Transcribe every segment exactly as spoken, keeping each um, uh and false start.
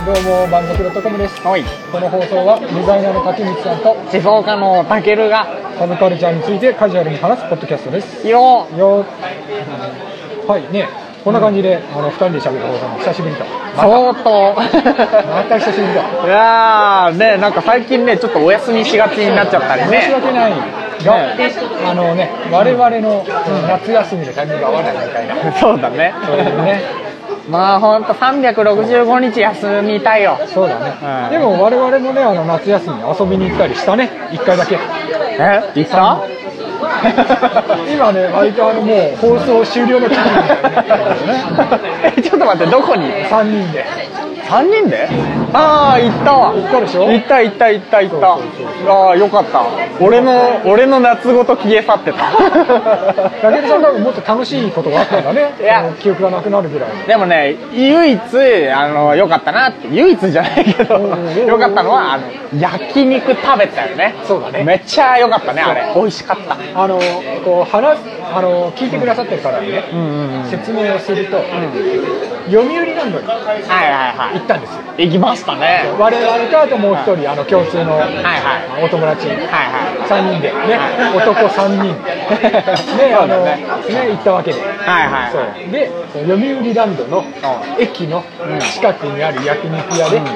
どうも満足 .com です。 はい。 この放送はデザイナーの竹光さんと思想家のたけるがサブカルチャーについてカジュアルに話すポッドキャストです。 よよはいね、こんな感じで、うん、あのふたりで喋る放送も久しぶりと。 相当また久しぶりだ。 いやーね、なんか最近ねちょっとお休みしがちになっちゃったりね。 申し訳ないが、ね、あのね我々の夏休みのタイミングが合わないみたいな。 そうだね。 そういうね。 まあほんとさんびゃくろくじゅうごにち休みたいよ。 そうだね、うん、でも我々もねあの夏休み遊びに行ったりしたね。いっかいだけ。 え行った？ 今ね割とあのもう放送終了の期間になってるんね。 ちょっと待って、どこに？ さんにんで。 さんにんで？ああ、行ったわ。 行ったでしょ？ 行った行った行った行った。ああ、よかった。俺の俺の夏ごと消え去ってた。 だけどさん多分もっと楽しいことがあったんだね。いや記憶がなくなるぐらい。 でもね、唯一あの良かったなって、唯一じゃないけど良かったのはあの焼肉食べたよね。 そうだね。めっちゃ良かったねあれ。美味しかった。 あのこう話あの聞いてくださってる方にね、うんうんうん、説明をすると、うん、読売ランドにはいはいはい行ったんですよ。 行きましたね。 我々とあともう一人、はい、あの共通の、はいはい、 お友達、はいはい、 さんにんでね、はい、男さんにんであのね行ったわけで、はいはい、そうで読売ランドの駅の近くにある焼肉屋で、うん、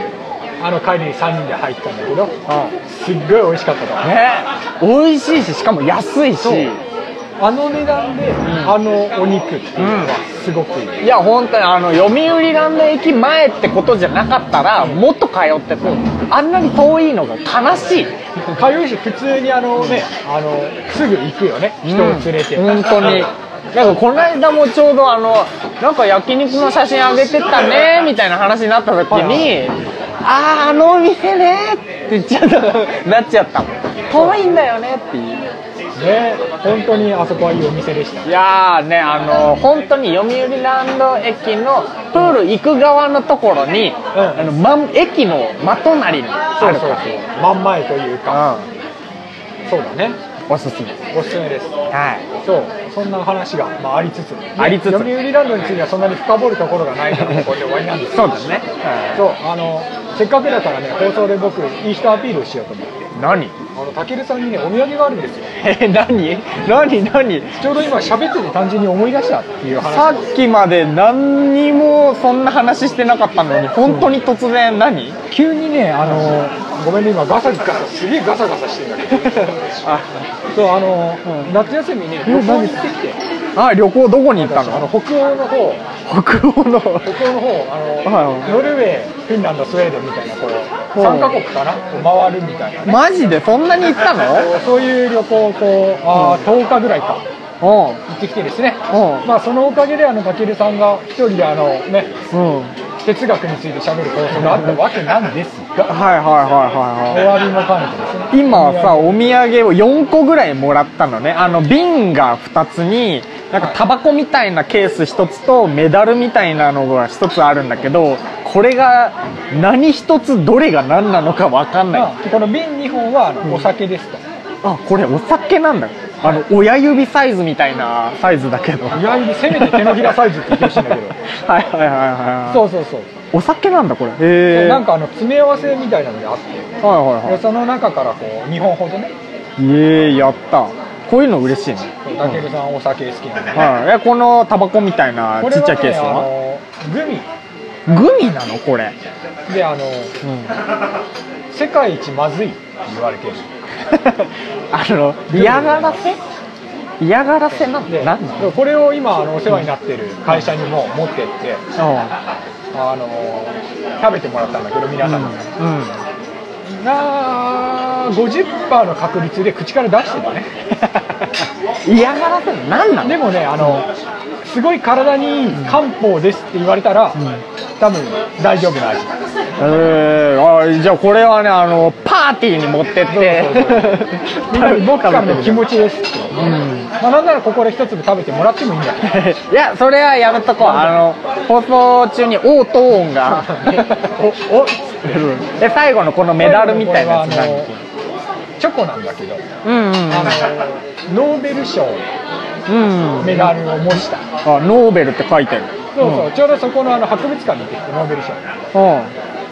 あの帰りにさんにんで入ったんだけど、うん、すっごい美味しかったからね。美味しいし、しかも安いし。 あの値段で、うん、あのお肉っていうのはすごくいい、 うん、いや本当にあの読売ランド駅前ってことじゃなかったら、うん、もっと通ってて、あんなに遠いのが悲しい。 通うし普通にあのねあのすぐ行くよね、人を連れて、 うん、本当に。なんかこの間もちょうどあのなんか焼肉の写真あげてたねみたいな話になった時に、はい、あーあのお店ねって言っちゃったなっちゃった。遠いんだよねっていうね、本当にあそこはいいお店でした。 いやーね、あの本当に読売ランド駅のプール行く側のところに、うん、あの真駅の真隣にあるから。 そうそうそう、真ん前というか、うん、そうだね、 おすすめおすすめです。 はい、 そうそんな話が、まあ、ありつつ、ね、 ありつつ読売ランドについてはそんなに深掘るところがないからここで終わりなんですけどそうですね、はい、 そうあのせっかくだからね放送で僕イースターアピールをしようと思って。 何？ あのたけるさんにねお土産があるんですよ。 え何何何？ ちょうど今喋ってて単純に思い出したっていう話。 さっきまで何にもそんな話してなかったのに本当に突然何？ 急にねあのごめんね今ガサガサすげえガサガサしてるんだけどあそうあの、うん、夏休みに旅行に行ってきて。 あ旅行どこに行ったの？ あの北欧の方北欧の北欧の方あの、はい、ノルウェーフィンランドスウェーデンみたいなこうさんカ国かな回るみたいな、ね、 マジでそんなに行ったの？ そういう旅行をこうあ、うん、とおかぐらいか行ってきてですね、まあそのおかげであのたけるさんが一人であのね、うん哲学について喋る放送があったわけなんですがはいはいはいはいはい、 お詫びも兼ねてですね。 今さお土産をよんこぐらいもらったのね。あの瓶がふたつになんかタバコみたいなケースひとつとメダルみたいなのがひとつあるんだけど、これが何一つどれが何なのか分かんない。 この瓶にほんはあのお酒ですと、 うん、あこれお酒なんだ。あの親指サイズみたいなサイズだけど親指せめて手のひらサイズって言ってほしいんだけどはいはいはいはいそうそうそう、 お酒なんだこれ。へえ。 なんかあの詰め合わせみたいなのがあって、はいはいはい、その中からこうにほんほどね。 ええやった。こういうの嬉しいね。 たけるさんお酒好きなんで、ね、 はい。このタバコみたいなちっちゃいケースは、 ね、グミグミなのこれであの、うん、世界一まずいって言われてるあの嫌がらせ嫌がらせなんで何なの？ これを今あのお世話になってる会社にも持ってって、うん、あの食べてもらったんだけど皆さんに、うんうん、な ごじゅっパーセント の確率で口から出してたね嫌がらせ何なの？ でもねあのすごい体にいい漢方ですって言われたら、うん、多分大丈夫な味。 えー、あじゃあこれはねあのパーティーに持ってってみんなに僕からの気持ちですって、うんまあ、なんならここで一粒食べてもらってもいいんだけどいやそれはやめとこう。あの放送中にオート音がおおで最後のこのメダルみたいなやつ何？ チョコなんだけど、 うんうんうん、 あのノーベル賞のメダルを模した、 うん、あノーベルって書いてる。 そうそう、うん、ちょうどそこのあの博物館に行ってきてノーベル賞、うん、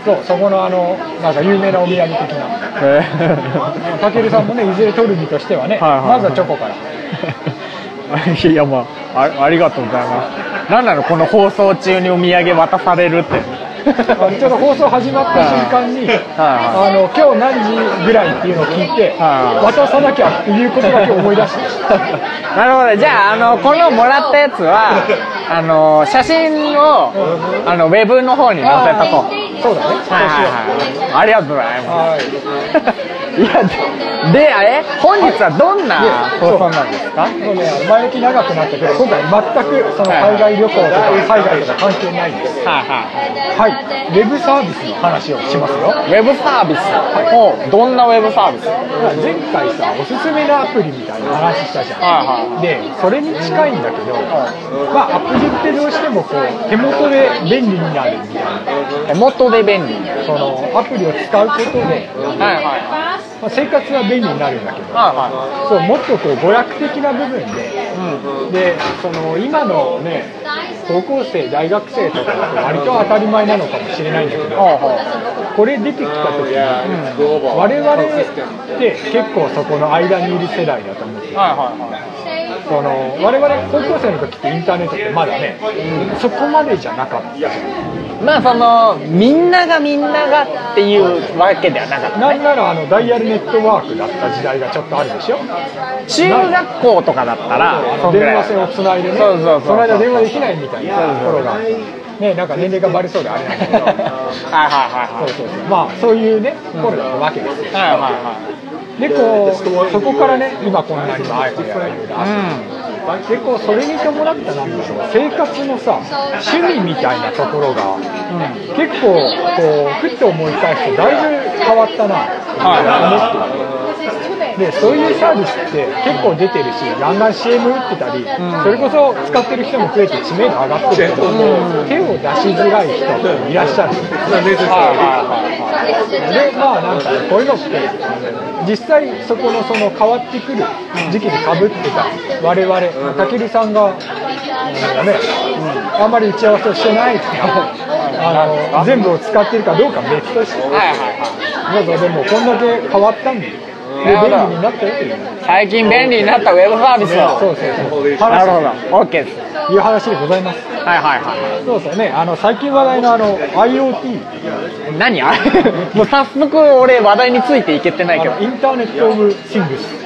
そう、そこのあのなんか有名なお土産的な。たけるさんもね、いずれ取る身としてはね、はいはいはい、まずはチョコから。 いや、まあ、あ、ありがとうございます。なんなのこの放送中にお土産渡されるって。 ちょうど放送始まった瞬間に、あの今日何時ぐらいっていうのを聞いて、渡さなきゃっていうことだけ思い出して。 なるほど。じゃあ、あのこのもらったやつはあの写真をあのウェブの方に載せとこう。 そうだね。 はいはいはい。ありがとうございます。いやで、あれ本日はどんな放送なんですか？ もうね、前置き長くなったけど、今回全くその海外旅行とか海外とか関係ないんです。はいはい。はい。ウェブサービスの話をしますよ。 ウェブサービス。お、どんなウェブサービス？ 前回さ、おすすめのアプリみたいな話したじゃん。で、それに近いんだけど、まあアプリってどうしてもこう手元で便利になるみたいな。 手元で便利。 そのアプリを使うことで、はいはい。まあ、生活は便利になるんだけど、はいはい、そうもっとこう娯楽的な部分で、うん、でその今のね高校生大学生とかって割と当たり前なのかもしれないんだけど、うん、これ出てきた時に、うん、我々って結構そこの間にいる世代だと思ってる、はいはいはい、その我々高校生の時ってインターネットってまだね、うん、そこまでじゃなかったじゃん。 まあそのみんながみんながっていうわけではなかった、ね、 なんならあのダイヤルネットワークだった時代がちょっとあるでしょ。 中学校とかだったら電話線をつないでね、そうそうそうそう、その間電話できないみたいなところがね、なんか年齢がバレそうであれなんだけどはいはいはい、そうそうそう、まあそういうね頃だったわけですよ、はいはいはい。でこうそこからね今こんなにも iPhone やらいろいろあって、うん、結構それに伴ったなんだろう生活のさ趣味みたいなところが、うん、結構こうふっと思い返すとだいぶ変わったなと思っていて、でそういうサービスって結構出てるしガンガン シーエム 打ってたり、うん、それこそ使ってる人も増えて知名度上がってるけど、うん、手を出しづらい人っていらっしゃるんですよ、でまあなんか、ね、こういうのって実際そこのその変わってくる時期でかぶってた我々たけるさんが、うんねうん、あんまり打ち合わせをしてないからあの全部を使ってるかどうか別として、はいはいはい、だからでもこんだけ変わったんで便利になったよという最近便利になったウェブサービスを、 そうそうそう、 なるほど OK ですいう話でございます。 はいはいはい、 そうそうね、あの最近話題のあの IoT 何あれもう早速俺話題についていけてないけど、 インターネットオブシングス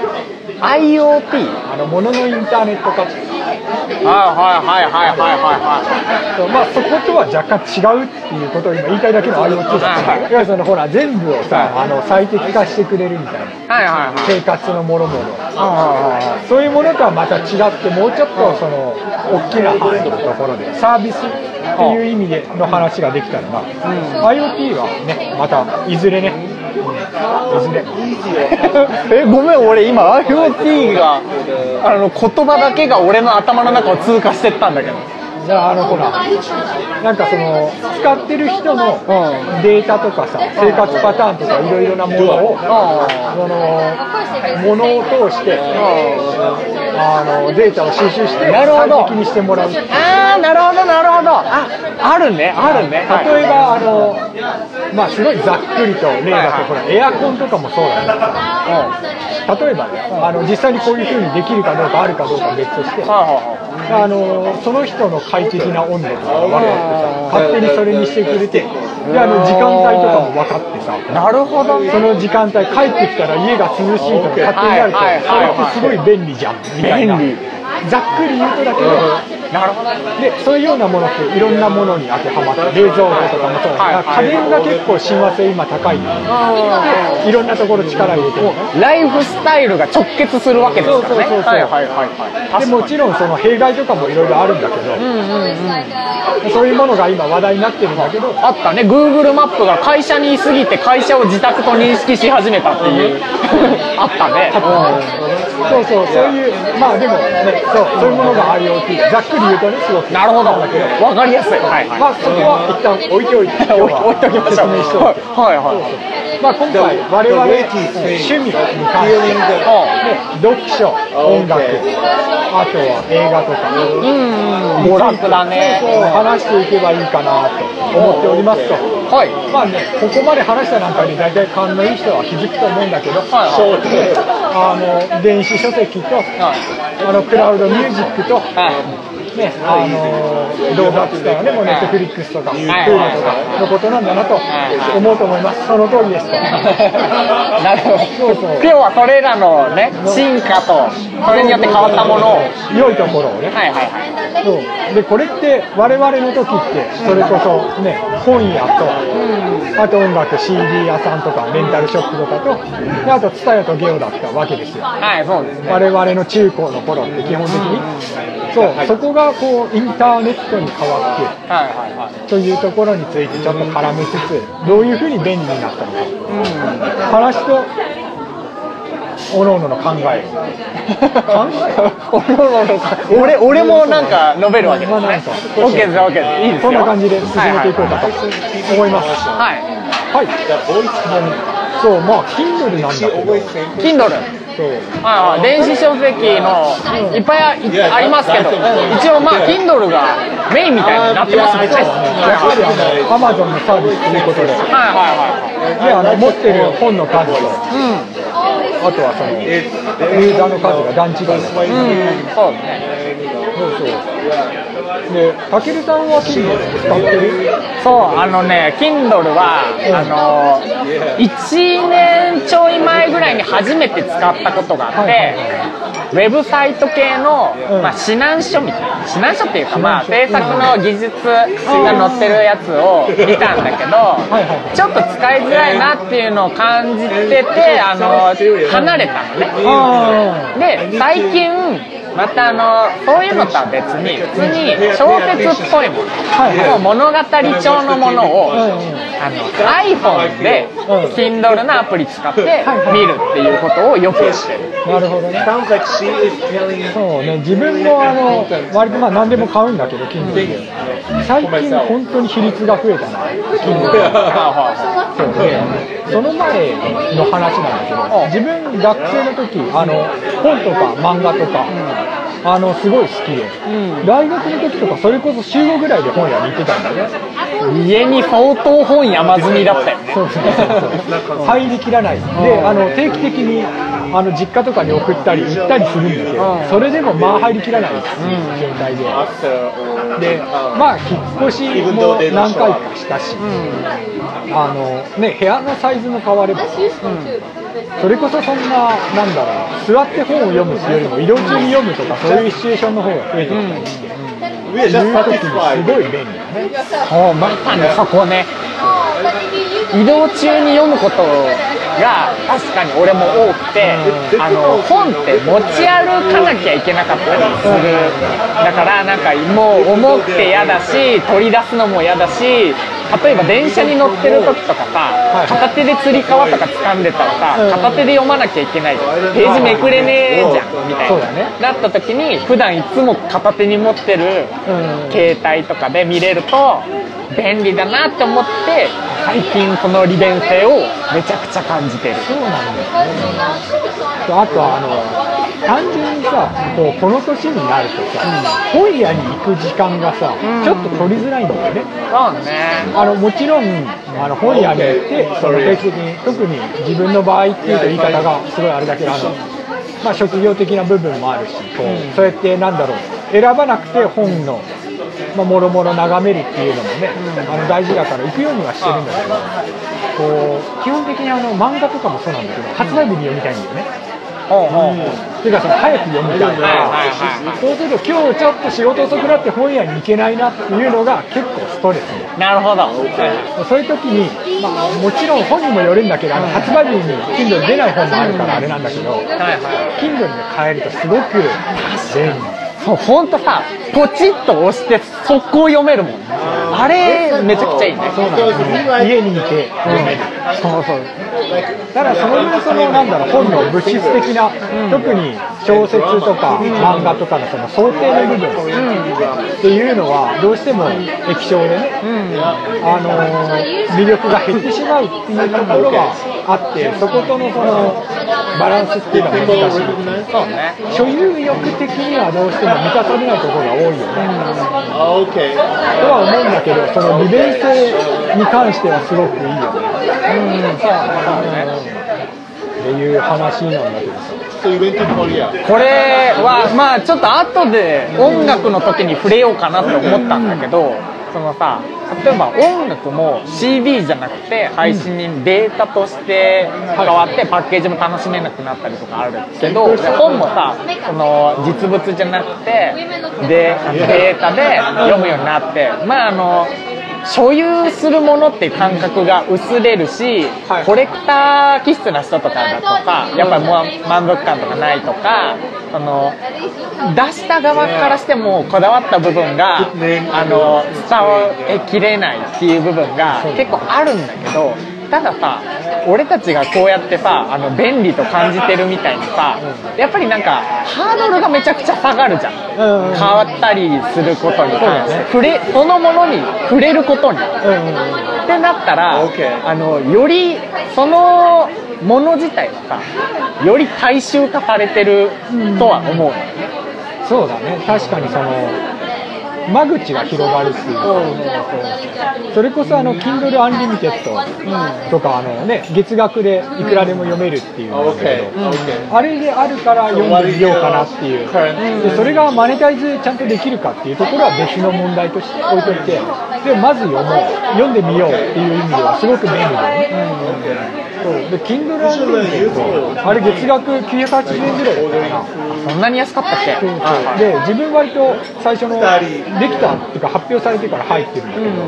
IoT あの物のインターネット化、 はいはいはいはいはいはいそう、まあそことは若干違うっていうことを今言いたいだけの IoT だった、はい、いわゆるそのほら全部をさ、はい、あの最適化してくれるみたいな、はいはいはい、生活のもろもろ、はい、そういうものとはまた違ってもうちょっとその大きな範囲のところでサービスっていう意味での話ができたらな、うん、IoT はねまたいずれね、いずれえごめん俺今 IoT があの言葉だけが俺の頭の中を通過してったんだけど、 じゃああのほらなんかその使ってる人のデータとかさ、生活パターンとかいろいろなものを、そのものを通してあのデータを収集して最適にしてもらう。 ああなるほどなるほど、ああるねあるね。 例えばあのまあすごいざっくりと例だとほらエアコンとかもそうだけど、例えばねあの実際にこういう風にできるかどうかあるかどうか別として、あのその人の快適な温度とかが分かってさ、勝手にそれにしてくれて、であの時間帯とかも分かってさ、 なるほど、ね、 その時間帯帰ってきたら家が涼しいとか勝手になると、それってすごい便利じゃんみたいな、ざっくり言うとだけど、 なるほど、 でそういうようなものっていろんなものに当てはまって冷蔵庫とかもそうだから、家電が結構親和性今高い、いろんなところ力入れてる、 ライフスタイルが直結するわけですからね。そうそうそうそう、はいはいはい、 でもちろんその弊害とかもいろいろあるんだけど、うんうんうん、そういうものが今話題になってるんだけど、 あったね、 Google マップが会社にいすぎて会社を自宅と認識し始めたっていうあったね、 そうそう、そういうまあでもね、そう、そういうものが IoT ざっくり言うとね、すごくなるほど、分かりやすい、はいはい、 まあそこは一旦置いておいて今日は置いておきましょう、説明しておいて、はいはい、 まあ、今回我々趣味に関してで読書、音楽、あとは映画とか、 うん、娯楽だね。 話していけばいいかなと思っておりますと。はい。まあね、ここまで話した段階で大体勘のいい人は気づくと思うんだけど、はいはい、あの電子書籍と、はい、あのクラウドミュージックと、はいね、あのー、動画って言ったらね、もうネットフリックスとか、プールとかのことなんだなと思うと思います。その通りです。 なるほど。そうそう。今日はそれらのね、進化と、それによって変わったものを、 良いところをね。はいはいはい。そう。で、これって我々の時って、それこそね、本屋と、あと音楽 シーディー 屋さんとか、レンタルショップとかと、であとツタヤとゲオだったわけですよ。はい、そうですね。我々の中高の頃って基本的に。そう、そこがこうインターネットに変わって、はいはいはい、というところについてちょっと絡めつつ、どういうふうに便利になったのか、うん、話とおのおのの考え考えおのおのの俺俺もなんか述べるわけですね。まあ、なんか OK です OK です。いいですよ。 そんな感じで進めていこうかと思います。はいはい。そう、まあ Kindle なんだけど Kindleああ電子書籍のいっぱいありますけど、一応まあ Kindle がメインみたいになってますもんね。 やはりあの Amazon のサービスということで、はいはいはい。であの持ってる本の数と、うん、あとはそのユーザーの数が段違いだから、うん、そうね。そうそう。で、たけるさんは Kindle 使ってる？ そう、あのね、Kindle は、うん、あのいちねんちょい前ぐらいに初めて使ったことがあって、はいはいはい、ウェブサイト系の、うん、まあ、指南書みたいな、指南書っていうか、まあ、制作の技術が載ってるやつを見たんだけど、はいはい、ちょっと使いづらいなっていうのを感じてて、あの離れたのね。で、最近またあのそういうのとは別に普通に小説っぽいもの、はいはい、もう物語調のものを、はいはい、あの iPhone で Kindle のアプリ使って見るっていうことをよくしてる。 なるほどね。そうね、自分もあの割とまあ何でも買うんだけど Kindle で最近本当に比率が増えたな Kindle そうで、その前の話なんだけど、自分学生の時あの本とか漫画とか、うん、あのすごい好きで、うん、大学の時とかそれこそ週ごぐらいで本屋に行ってたんだよね。家に相当本山積みだったよね。そうそうそうそう入りきらないで、あの定期的にあの実家とかに送ったり行ったりするんだけど、うん、それでもまあ入りきらないっていう状態で、うん、でまあ引っ越しも何回かしたし、うん、あのね、部屋のサイズも変われば、うん、それこそそんななんだろう、座って本を読むよりも移動中に読むとかそういうシチュエーションの方が増えてきたりして、うんうん、いう時にすごい便利だね。 そう、まさにそこね。移動中に読むことが確かに俺も多くて、うん、あの本って持ち歩かなきゃいけなかったりする、だからなんかもう重くて嫌だし取り出すのも嫌だし、例えば電車に乗ってる時とかさ、片手でつり革とか掴んでたらさ、片手で読まなきゃいけない、ページめくれねえじゃんみたいな、なった時に普段いつも片手に持ってる携帯とかで見れると便利だなって思って、最近この利便性をめちゃくちゃ感じてる。 そうなんですね。あとあの単純にさ、こうこの年になるとさ、うん、本屋に行く時間がさ、うん、ちょっと取りづらいんだよね。 そうね。 あのもちろんあの本屋に行ってその定期的に、特に自分の場合っていうと言い方がすごいあれだけど、あのまあ職業的な部分もあるし、こう、うん、そうやってなんだろう、選ばなくて本のまあ、もろもろ眺めるっていうのもね、うん、あの大事だから行くようにはしてるんだけど、こう基本的にあの漫画とかもそうなんだけど、発売日に読みたいんだよね。っていうかその早く読みたいから、そうすると今日ちょっと仕事遅くなって本屋に行けないなっていうのが結構ストレスで。 なるほど。 そういう時に、まあ、もちろん本にもよるんだけど、あの発売日に Kindle 出ない本もあるからあれなんだけど、Kindle で買えるとすごく便利。 そう、ほんとさ、ポチッと押して速攻読めるもんね。あれめちゃくちゃいいね。 そうなんですね。家にいて読める、うん、そうそう。だからその分そのなんだろう、本の物質的な、うん、特に小説とか漫画とかのその想定の部分、うん、 っていうのはどうしても液晶でね、うん、あの魅力が減ってしまうっていうところがあって、そことのそのバランスっていうのは難しい。そうね。所有欲的にはどうしても満たされないところが多いよね。うん、とは思うんだけど、その利便性に関してはすごくいいよね。うん、そうね。っていう話なんだけどさ。これはまあちょっと後で音楽の時に触れようかなって思ったんだけど、そのさ、例えば音楽も シーディー じゃなくて配信にデータとして変わってパッケージも楽しめなくなったりとかあるけど、本もさ、その実物じゃなくてでデータで読むようになって、まああの所有するものっていう感覚が薄れるし、はい、コレクター気質な人とかだとかやっぱりもう満足感とかないとか、その出した側からしてもこだわった部分があの伝えきれないっていう部分が結構あるんだけど、たださ、俺たちがこうやってさあの便利と感じてるみたいにさ、やっぱりなんかハードルがめちゃくちゃ下がるじゃん、うんうん、変わったりすることに関して、ね、触れそのものに触れることに、うんうん、ってなったら、okay. あのよりそのもの自体はさより大衆化されてるとは思うのよね、 うん、そうだね。確かにその間口が広がるし、それこそあの Kindle Unlimited とかあの、ね、月額でいくらでも読めるっていうのだけど、あれであるから読んでみようかなっていう、でそれがマネタイズちゃんとできるかっていうところは別の問題として置いといて、でまず読もう読んでみようっていう意味ではすごく便利だよね。そうで Kindle Unlimited あれ月額きゅうひゃくはちじゅうえんぐらいだったかな。 そんなに安かったっけ？ そうそうで自分割と最初のできたっていうか発表されてから入ってるんだけど、うん、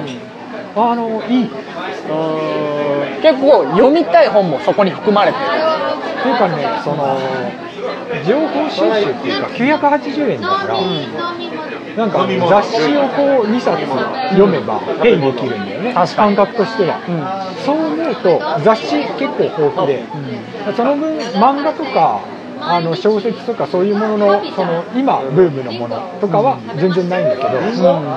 あのいい。 結構読みたい本もそこに含まれてる。 っていうかね、その情報収集っていうかきゅうひゃくはちじゅうえんだから、うん、なんか雑誌をこうにさつ読めばペイできるんだよね、感覚としては、うん、そう思うと雑誌結構豊富で、うん、その分漫画とかあの小説とかそういうものの、その今ブームのものとかは全然ないんだけど、うん、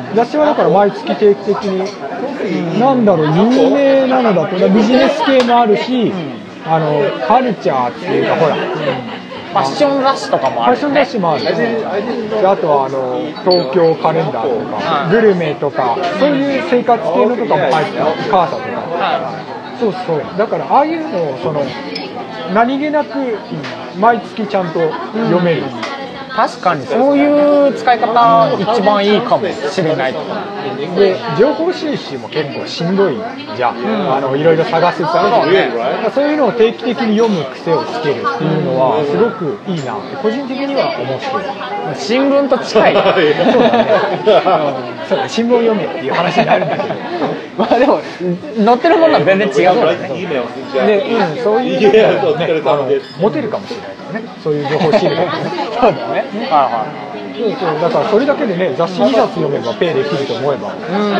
雑誌はだから毎月定期的に、うん、なんだろう有名なのだとビジネス系もあるし、うん、あのカルチャーっていうかほら、うん、 ファッション雑誌とかもある、ね、 ファッション雑誌もある、ね、であとはあの東京カレンダーとか、うん、グルメとかそういう生活系のとかも入ってる、カーサとか、うん、そうそうだからああいうのをその何気なく毎月ちゃんと読める、うん、 確かにそういう使い方一番いいかもしれない。 で情報収集も結構しんどいじゃん、うん、あのいろいろ探すさ、そうね、そういうのを定期的に読む癖をつけるっていうのはすごくいいなって個人的には思ってる。 新聞と近いそうだね、うん、そうだ新聞を読めっていう話になるんだけどまあでも載ってるものは全然違うからね。 で、うん、そういうのがね、あのモテるかもしれないからね、そういう情報資料がねそうだね、はいはい、 そうそうだからそれだけでね雑誌にさつ読めばペイできると思えば、うん、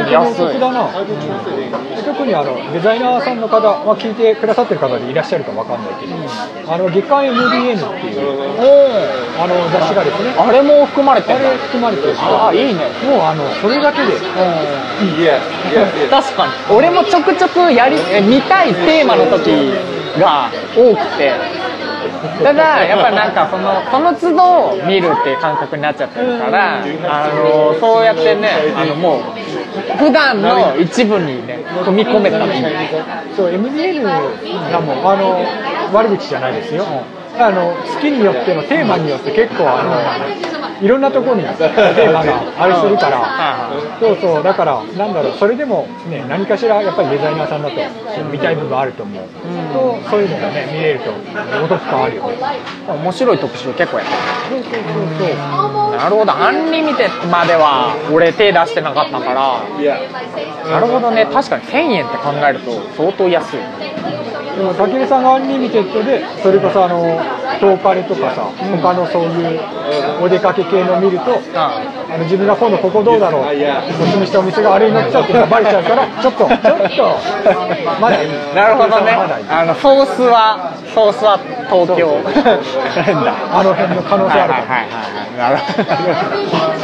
安いだな、うん、特にあのデザイナーさんの方、まあ、聞いてくださってる方でいらっしゃるかわかんないけど、うん、あの月刊 エムディーエヌ っていう、うん、あの雑誌がですね、 あれも含まれてる、 あれ含まれてる、 ああいいね、 もうあのそれだけで、うん、いい確かに俺もちょくちょくやり見たいテーマの時が多くて、ただやっぱなんかそのその都度見るっていう感覚になっちゃってるから、あのそうやってね、あのもう普段の一部にね踏み込めたらいい。 そう エムディーエヌ がもうあの悪口じゃないですよ。あの好きによってのテーマによって結構あのいろんなところにテーマがあるするから、そうそうだからなんだろう、それでもね何かしらやっぱりデザイナーさんだと見たい部分あると思う、うん、とそういうのがね見れるとお得感あるよね。 面白い特集結構やってる。 そうそうそうそう、 なるほど、アンリミテッドまでは俺手出してなかったから、なるほどね、確かにせんえんって考えると相当安い。 でもたけるさんがアンリミテッドでそれこそあのトーカレとかさ、うん、他のそういうお出かけ系の見ると、あの自分が今度ここどうだろうおすすめしたお店があれになっちゃうっていうのがバレちゃうからちょっとちょっとまだいい。 なるほどね、あのソースはソースは東京あの辺の可能性あるから、 はいはいはいはい、なるほど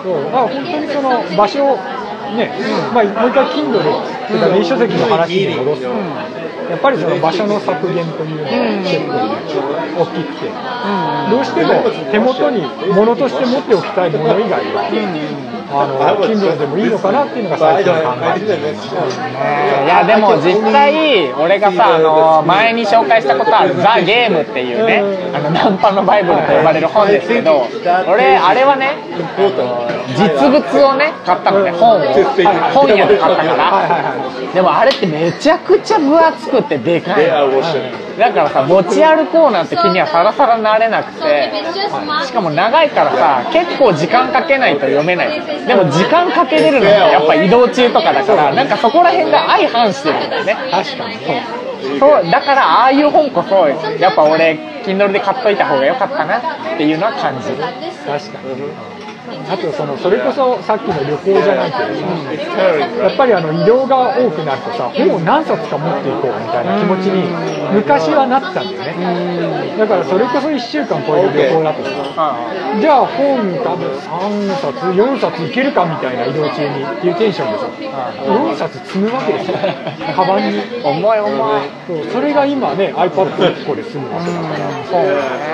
そうだから本当にその場所をね、うんまあ、もう一回 Kindle というか電子書籍の話に戻すと、うん、やっぱりその場所の削減というのが結構大きくて、うん、どうしても手元に物として持っておきたいもの以外は、うんあの Kindle でもいいのかなっていうのが最近の考えですね。 いやでも実際俺がさあの前に紹介したことあるザ・ゲームっていうねあのナンパのバイブルと呼ばれる本ですけど俺あれはね実物をね買ったのね本を本屋で買ったからでもあれってめちゃくちゃ分厚くてでかいだからさ持ち歩こうなんて気にはさらさらなれなくてしかも長いからさ結構時間かけないと読めないでも時間かけれるのってやっぱ移動中とかだからなんかそこら辺が相反してるんだよね確かにそうだからああいう本こそやっぱ俺 Kindle で買っといた方が良かったなっていうのは感じる確かにあとそのそれこそさっきの旅行じゃないけどさ、うん、やっぱりあの移動が多くなるとさ本を何冊か持っていこうみたいな気持ちに昔はなったんだよね、うん、だからそれこそいっしゅうかん超える旅行だとさ、うん、じゃあ本多分さんさつよんさついけるかみたいな移動中にっていうテンションでさ、うん、よんさつ積むわけですよカバンに重い重いそうそれが今ね iPad いっこで済むわけだから、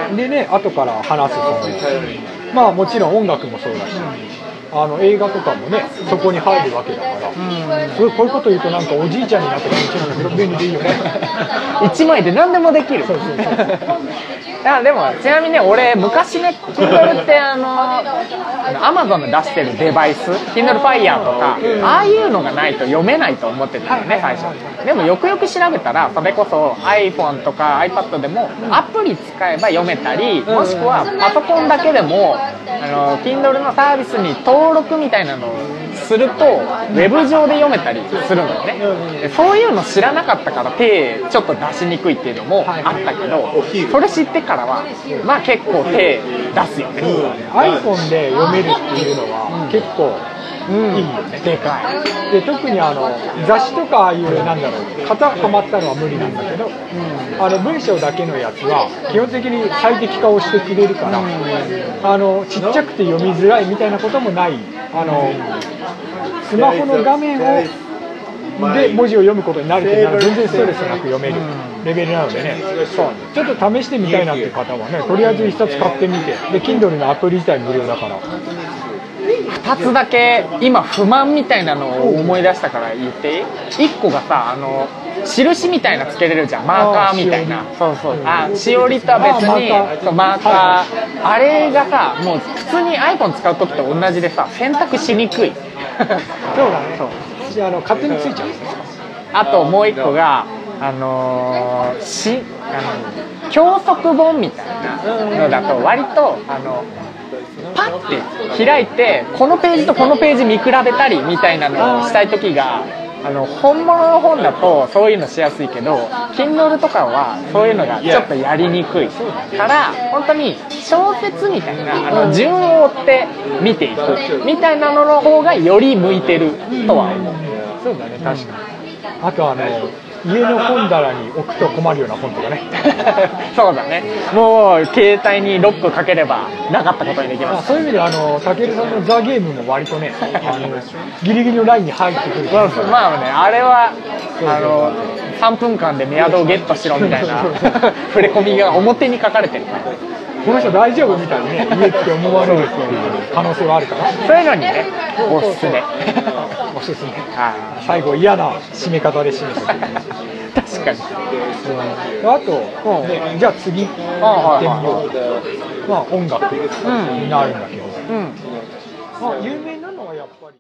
うん、でね後から話すそのまあもちろん音楽もそうだし、あの映画とかもねそこに入るわけだから、うん、すごいこういうこと言うとなんかおじいちゃんになって気持ちなんだけど便利でいいよねいちまいで何でもできるそうそうそうあでもちなみにね俺昔ね Kindle ってあの Amazon の出してるデバイス Kindle Fire とか、うん、ああいうのがないと読めないと思ってたよね最初でもよくよく調べたらそれこそ iPhone とか iPad でもアプリ使えば読めたりもしくはパソコンだけでもあの Kindle のサービスに登録みたいなのをするとウェブ上で読めたりするんだよねそういうの知らなかったから手ちょっと出しにくいっていうのもあったけどそれ知ってからはまあ結構手出すよね iPhone で読めるっていうのは結構いいよね、うん、でかいで特にあの雑誌とかああいうなんだろう型はまったのは無理なんだけど、うん、あの文章だけのやつは基本的に最適化をしてくれるから、うん、あのちっちゃくて読みづらいみたいなこともないあのスマホの画面をで文字を読むことになるっていうのは全然ストレスなく読めるレベルなのでねそうちょっと試してみたいなっていう方はねとりあえず一冊買ってみてで Kindle のアプリ自体無料だからふたつだけ今不満みたいなのを思い出したから言っていい？いっこがさあの印みたいなつけれるじゃんマーカーみたいなそうそうあしおりとは別にそうマーカーあれがさもう普通に iPhone 使う時と同じでさ選択しにくいそうだねそうあの勝手についちゃうんですよあともういっこがあのー、しあの教則本みたいなのだと割とあのパッて開いてこのページとこのページ見比べたりみたいなのをしたい時があの本物の本だとそういうのしやすいけど Kindle とかはそういうのがちょっとやりにくいから本当に小説みたいなあの順を追って見ていくみたいなのの方がより向いてるとは思うそうだね確かにあとはね家の本棚に置くと困るような本とかねそうだねもう携帯にロックかければなかったことにできます、 そういう意味であのたけるさんのザ・ゲームも割とねあのギリギリのラインに入ってくるまあねあれはあのさんぷんかんでメアドをゲットしろみたいな触れ込みが表に書かれてるからこの人大丈夫みたいにね家って思われる可能性はあるからそういうのにねおすすめおすすめ最後嫌な締め方で締めて確かに、 うん、あと、うんね、じゃあ次行ってみようまあ音楽になるんだけど、うんうんまあ、有名なのはやっぱり